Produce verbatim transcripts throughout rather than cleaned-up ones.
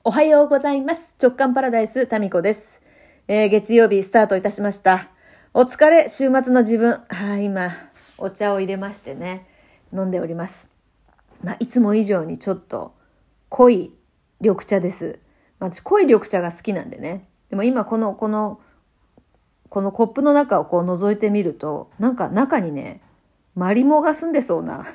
おはようございます。直感パラダイスタミコです、えー、月曜日スタートいたしました。お疲れ、週末の自分。はい、今お茶を入れましてね、飲んでおります。まあ、いつも以上にちょっと濃い緑茶です。私濃い緑茶が好きなんでね。でも今このこのこのコップの中をこう覗いてみると、なんか中にねマリモが住んでそうな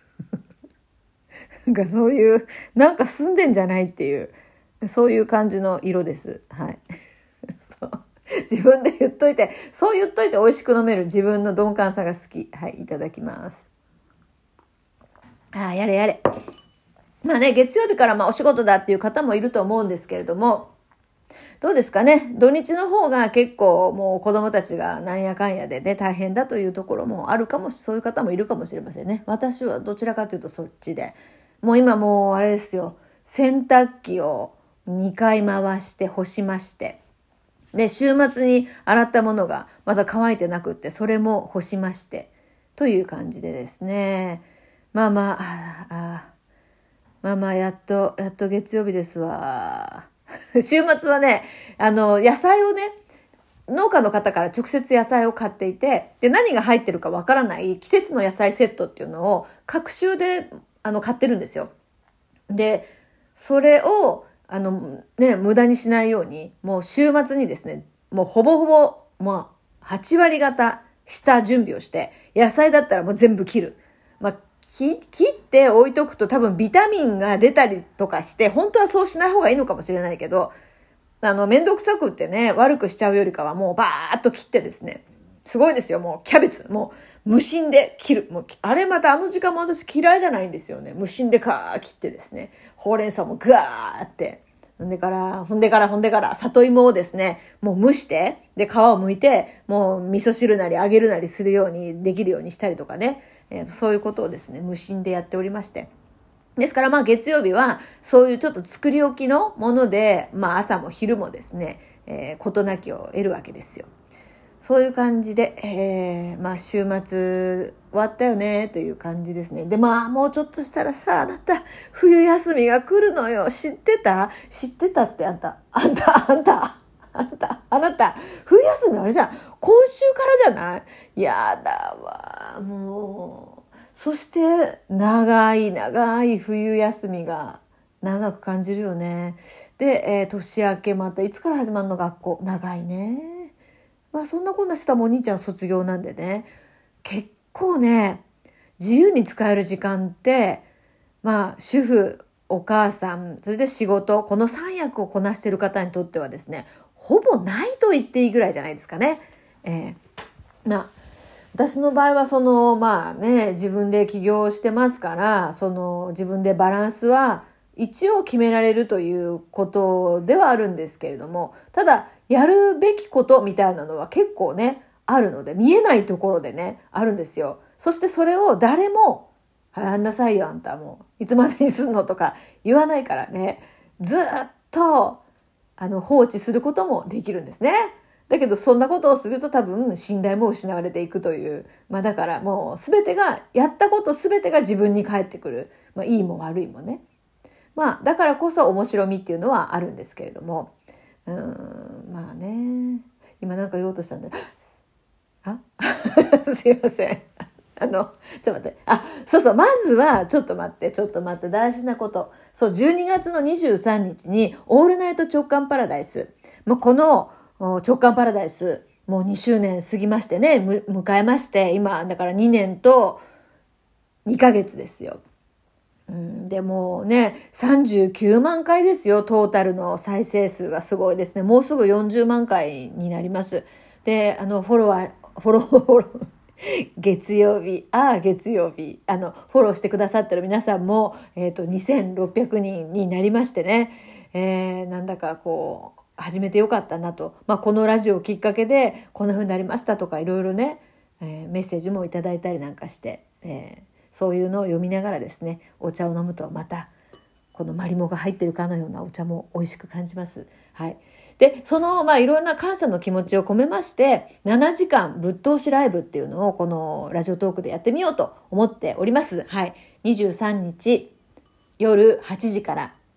なんかそういうなんか住んでんじゃないっていう、そういう感じの色です。はいそう自分で言っといて、そう言っといて美味しく飲める自分の鈍感さが好き。はい、いただきます。ああ、やれやれ。まあね、月曜日からまあお仕事だっていう方もいると思うんですけれども、どうですかね。土日の方が結構もう子供たちがなんやかんやでね、大変だというところもあるかもし、そういう方もいるかもしれませんね。私はどちらかというとそっちで。もう今もうあれですよ。洗濯機をにかい回して干しまして。で、週末に洗ったものがまだ乾いてなくって、それも干しまして。という感じでですね。まあまあ、ああまあまあ、やっと、やっと月曜日ですわ。週末はね、あの、野菜をね、農家の方から直接野菜を買っていて、で、何が入ってるかわからない季節の野菜セットっていうのを各週で、あの、買ってるんですよ。で、それを、あの、ね、無駄にしないように、もう週末にですね、もうほぼほぼ、まあ、はち割方した準備をして、野菜だったらもう全部切る。まあ、切って置いとくと多分ビタミンが出たりとかして、本当はそうしない方がいいのかもしれないけど、あの、めんどくさくってね、悪くしちゃうよりかはもうバーッと切ってですね、すごいですよ、もうキャベツ、もう無心で切る。もう、あれまたあの時間も私嫌いじゃないんですよね。無心でカー切ってですね、ほうれん草もガーって、ほんでから、ほんでから、ほんでから、里芋をですね、もう蒸して、で、皮を剥いて、もう味噌汁なり揚げるなりするように、できるようにしたりとかね、えー、そういうことをですね、無心でやっておりまして。ですからまあ月曜日はそういうちょっと作り置きのもので、まあ朝も昼もですね、えー、事なきを得るわけですよ。そういう感じで、えー、まあ週末終わったよねという感じですね。でまあもうちょっとしたらさ、あなた冬休みが来るのよ。知ってた？知ってたってあんた。あんた、あんた。あんた、あなた、冬休みあれじゃん。今週からじゃない？やだわ、もう。そして長い長い冬休みが長く感じるよね。で、えー、年明けまたいつから始まるの？学校長いね。まあそんなこんなしたもお兄ちゃん卒業なんでね、結構ね自由に使える時間ってまあ主婦、お母さん、それで仕事、この三役をこなしている方にとってはですね、ほぼないと言っていいぐらいじゃないですかね。えー、まあ私の場合はそのまあね自分で起業してますから、その自分でバランスは一応決められるということではあるんですけれども、ただやるべきことみたいなのは結構ねあるので、見えないところでねあるんですよ。そしてそれを誰もやんなさいよあんたもういつまでにすんのとか言わないからね、ずっとあの放置することもできるんですね。だけどそんなことをすると多分信頼も失われていくという、まあだからもう全てが、やったこと全てが自分に返ってくる。まあいいも悪いもね。まあだからこそ面白みっていうのはあるんですけれども。うーん、まあね。今なんか言おうとしたんで。あすいません。あの、ちょっと待って。あ、そうそう。まずは、ちょっと待って、ちょっと待って。大事なこと。そう、じゅうにがつのにじゅうさんにちに、オールナイト直感パラダイス。もうこの、直感パラダイス、もうにしゅうねん過ぎましてね、迎えまして、今、だからにねんとにかげつですよ。うん、でもね、さんじゅうきゅうまんかいですよ、トータルの再生数がすごいですね。もうすぐよんじゅうまんかいになります。で、あの、フォロワー、フォロー、フォロー、月曜日、ああ、月曜日、あの、フォローしてくださってる皆さんも、えっと、にせんろっぴゃくにんになりましてね、えー、なんだかこう、始めてよかったなと。まあ、このラジオをきっかけで、こんな風になりましたとか、いろいろね、えー、メッセージもいただいたりなんかして、えー、そういうのを読みながらですね、お茶を飲むとまた、このマリモが入ってるかのようなお茶も美味しく感じます。はい。で、その、まあ、いろんな感謝の気持ちを込めまして、ななじかんぶっ通しライブっていうのを、このラジオトークでやってみようと思っております。はい。にじゅうさんにち夜はちじから、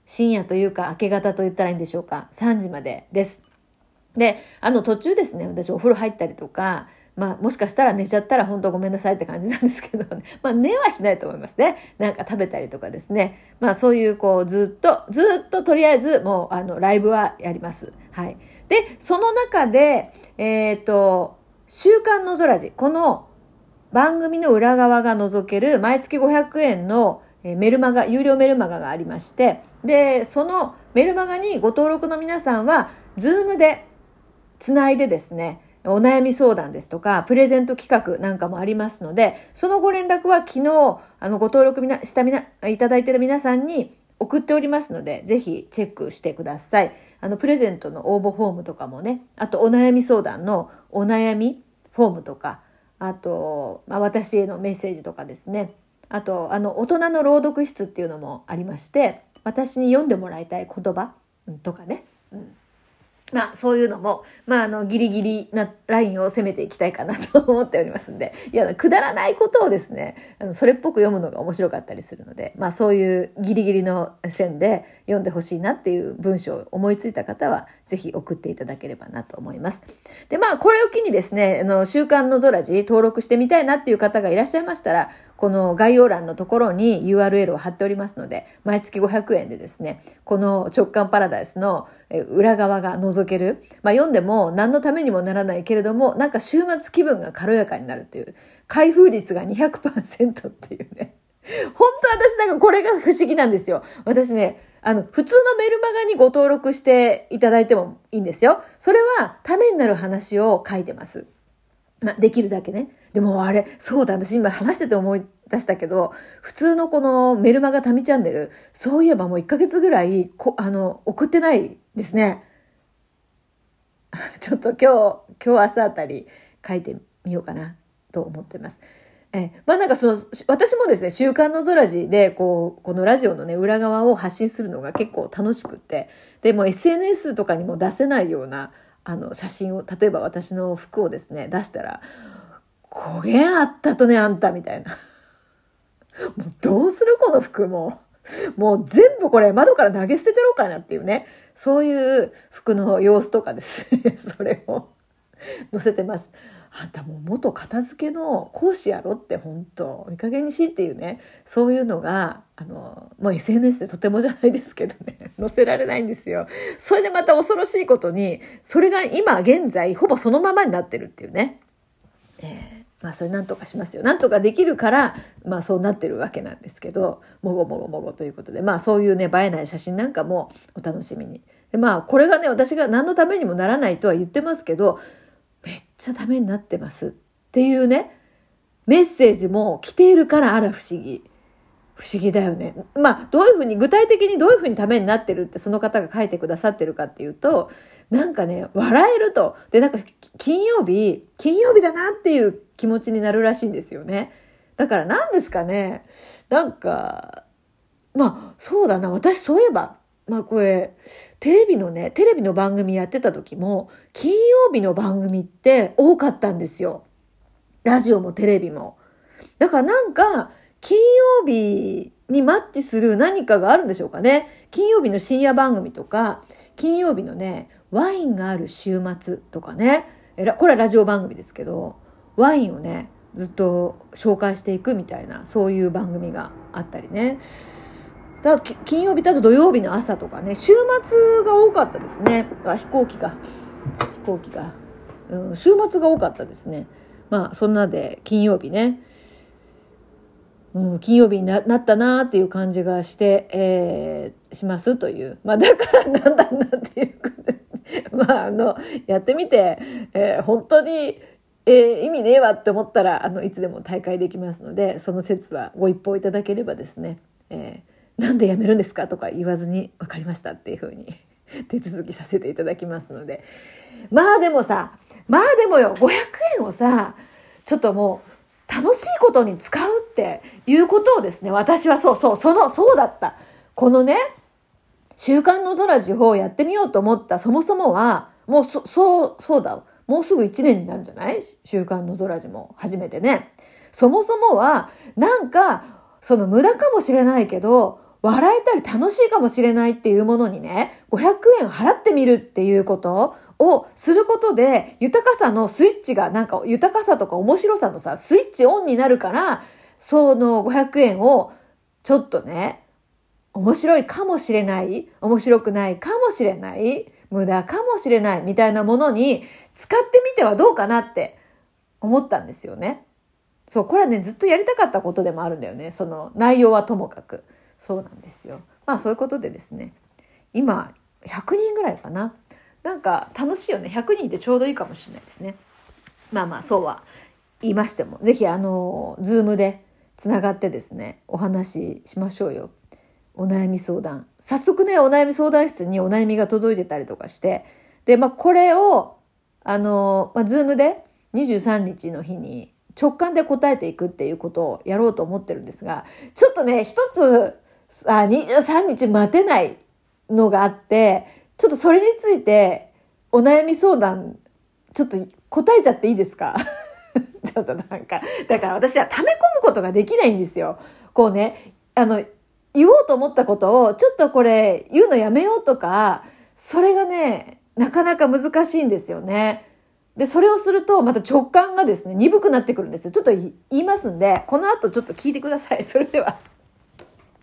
深夜というか明け方と言ったらいいんでしょうか。さんじまでです。で、あの途中ですね、私お風呂入ったりとか、まあもしかしたら寝ちゃったら本当ごめんなさいって感じなんですけどね。まあ寝はしないと思いますね。なんか食べたりとかですね。まあそういうこうずっと、ずっととりあえずもうあのライブはやります。はい。で、その中で、えっと、週刊の空寺、この番組の裏側が覗ける毎月ごひゃくえんのメルマガ、有料メルマガがありまして、で、そのメルマガにご登録の皆さんは、ズームでつないでですね、お悩み相談ですとか、プレゼント企画なんかもありますので、そのご連絡は昨日、あの、ご登録みなしたみな、いただいている皆さんに送っておりますので、ぜひチェックしてください。あの、プレゼントの応募フォームとかもね、あとお悩み相談のお悩みフォームとか、あと、まあ、私へのメッセージとかですね。あと、あの、大人の朗読室っていうのもありまして、私に読んでもらいたい言葉とかね。うんまあそういうのも、まああのギリギリなラインを攻めていきたいかなと思っておりますんで、いや、くだらないことをですね、あのそれっぽく読むのが面白かったりするので、まあそういうギリギリの線で読んでほしいなっていう文章を思いついた方は、ぜひ送っていただければなと思います。で、まあこれを機にですね、あの週刊の空寺登録してみたいなっていう方がいらっしゃいましたら、この概要欄のところに ユーアールエル を貼っておりますので、毎月ごひゃくえんでですね、この直感パラダイスの裏側が覗ける。まあ読んでも何のためにもならないけれども、なんか週末気分が軽やかになるっていう、開封率が にひゃくパーセント っていうね。本当私なんかこれが不思議なんですよ。私ね、あの、普通のメルマガにご登録していただいてもいいんですよ。それはためになる話を書いてます。まあ、できるだけね。でもあれ、そうだ、私今話してて思い出したけど、普通のこのメルマガタミチャンネル、そういえばもういっかげつぐらいこ、あの、送ってないですね。ちょっと今日、今日明日あたり書いてみようかなと思ってます。えまあなんかその、私もですね、週刊の空寺で、こう、このラジオのね、裏側を発信するのが結構楽しくって、でも エスエヌエス とかにも出せないような、あの、写真を、例えば私の服をですね、出したら、焦げあったとね、あんた、みたいな。もうどうするこの服も。もう全部これ窓から投げ捨てちゃろうかなっていうね。そういう服の様子とかですね。それを載せてます。あんたもう元片付けの講師やろって本当いい加減にしっていうね。そういうのが、あの、もう エスエヌエス でとてもじゃないですけどね。載せられないんですよ。それでまた恐ろしいことに、それが今現在ほぼそのままになってるっていうね。えーまあそれなんとかしますよ。なんとかできるから、まあそうなってるわけなんですけど、もごもごもごということで、まあそういうね、映えない写真なんかもお楽しみに。でまあこれがね、私が何のためにもならないとは言ってますけど、めっちゃためになってますっていうね、メッセージも来ているからあら不思議。不思議だよね。まあ、どういうふうに、具体的にどういうふうにためになってるってその方が書いてくださってるかっていうと、なんかね、笑えると。で、なんか金曜日、金曜日だなっていう気持ちになるらしいんですよね。だから何ですかね。なんか、まあ、そうだな。私そういえば、まあこれ、テレビのね、テレビの番組やってた時も、金曜日の番組って多かったんですよ。ラジオもテレビも。だからなんか、金曜日にマッチする何かがあるんでしょうかね。金曜日の深夜番組とか、金曜日のね、ワインがある週末とかね。これはラジオ番組ですけど、ワインをね、ずっと紹介していくみたいな、そういう番組があったりね。だから金曜日だと土曜日の朝とかね、週末が多かったですね。あ、飛行機が、飛行機が、うん、週末が多かったですね。まあ、そんなで金曜日ね、うん、金曜日に な, なったなーっていう感じがして、えー、しますという。まあだからなんだなっていうことで。まああの、やってみて、えー、本当に、えー、意味ねえわって思ったら、あの、いつでも大会できますので、その説はご一報いただければですね、えー、なんでやめるんですかとか言わずに分かりましたっていうふうに手続きさせていただきますので。まあでもさ、まあでもよ、ごひゃくえんをさ、ちょっともう、楽しいことに使うっていうことをですね、私はそうそう、その、そうだった。このね、週刊の空寺をやってみようと思ったそもそもは、もうそ、そう、そうだ。もうすぐいちねんになるんじゃない？週刊の空寺も初めてね。そもそもは、なんか、その無駄かもしれないけど、 笑えたり楽しいかもしれないっていうものにね、ごひゃくえん払ってみるっていうことをすることで、豊かさのスイッチが、なんか豊かさとか面白さのさ、スイッチオンになるから、そのごひゃくえんをちょっとね、面白いかもしれない、面白くないかもしれない、無駄かもしれないみたいなものに使ってみてはどうかなって思ったんですよね。そう、これはね、ずっとやりたかったことでもあるんだよね。その内容はともかく。そうなんですよ。まあそういうことでですね、今ひゃくにんぐらいかな。なんか楽しいよね。ひゃくにんってちょうどいいかもしれないですね。まあまあそうは言いましても、ぜひあの、ズームでつながってですね、お話ししましょうよ。お悩み相談。早速ね、お悩み相談室にお悩みが届いてたりとかして、で、まあこれを、あの、まあズームでにじゅうさんにちの日に直感で答えていくっていうことをやろうと思ってるんですが、ちょっとね、一つ、あ、にじゅうさんにち待てないのがあって、ちょっとそれについてお悩み相談、ちょっと答えちゃっていいですか？ちょっとなんか、だから私は溜め込むことができないんですよ。こうね、あの、言おうと思ったことを、ちょっとこれ言うのやめようとか、それがね、なかなか難しいんですよね。で、それをすると、また直感がですね、鈍くなってくるんですよ。ちょっと言いますんで、この後ちょっと聞いてください。それでは。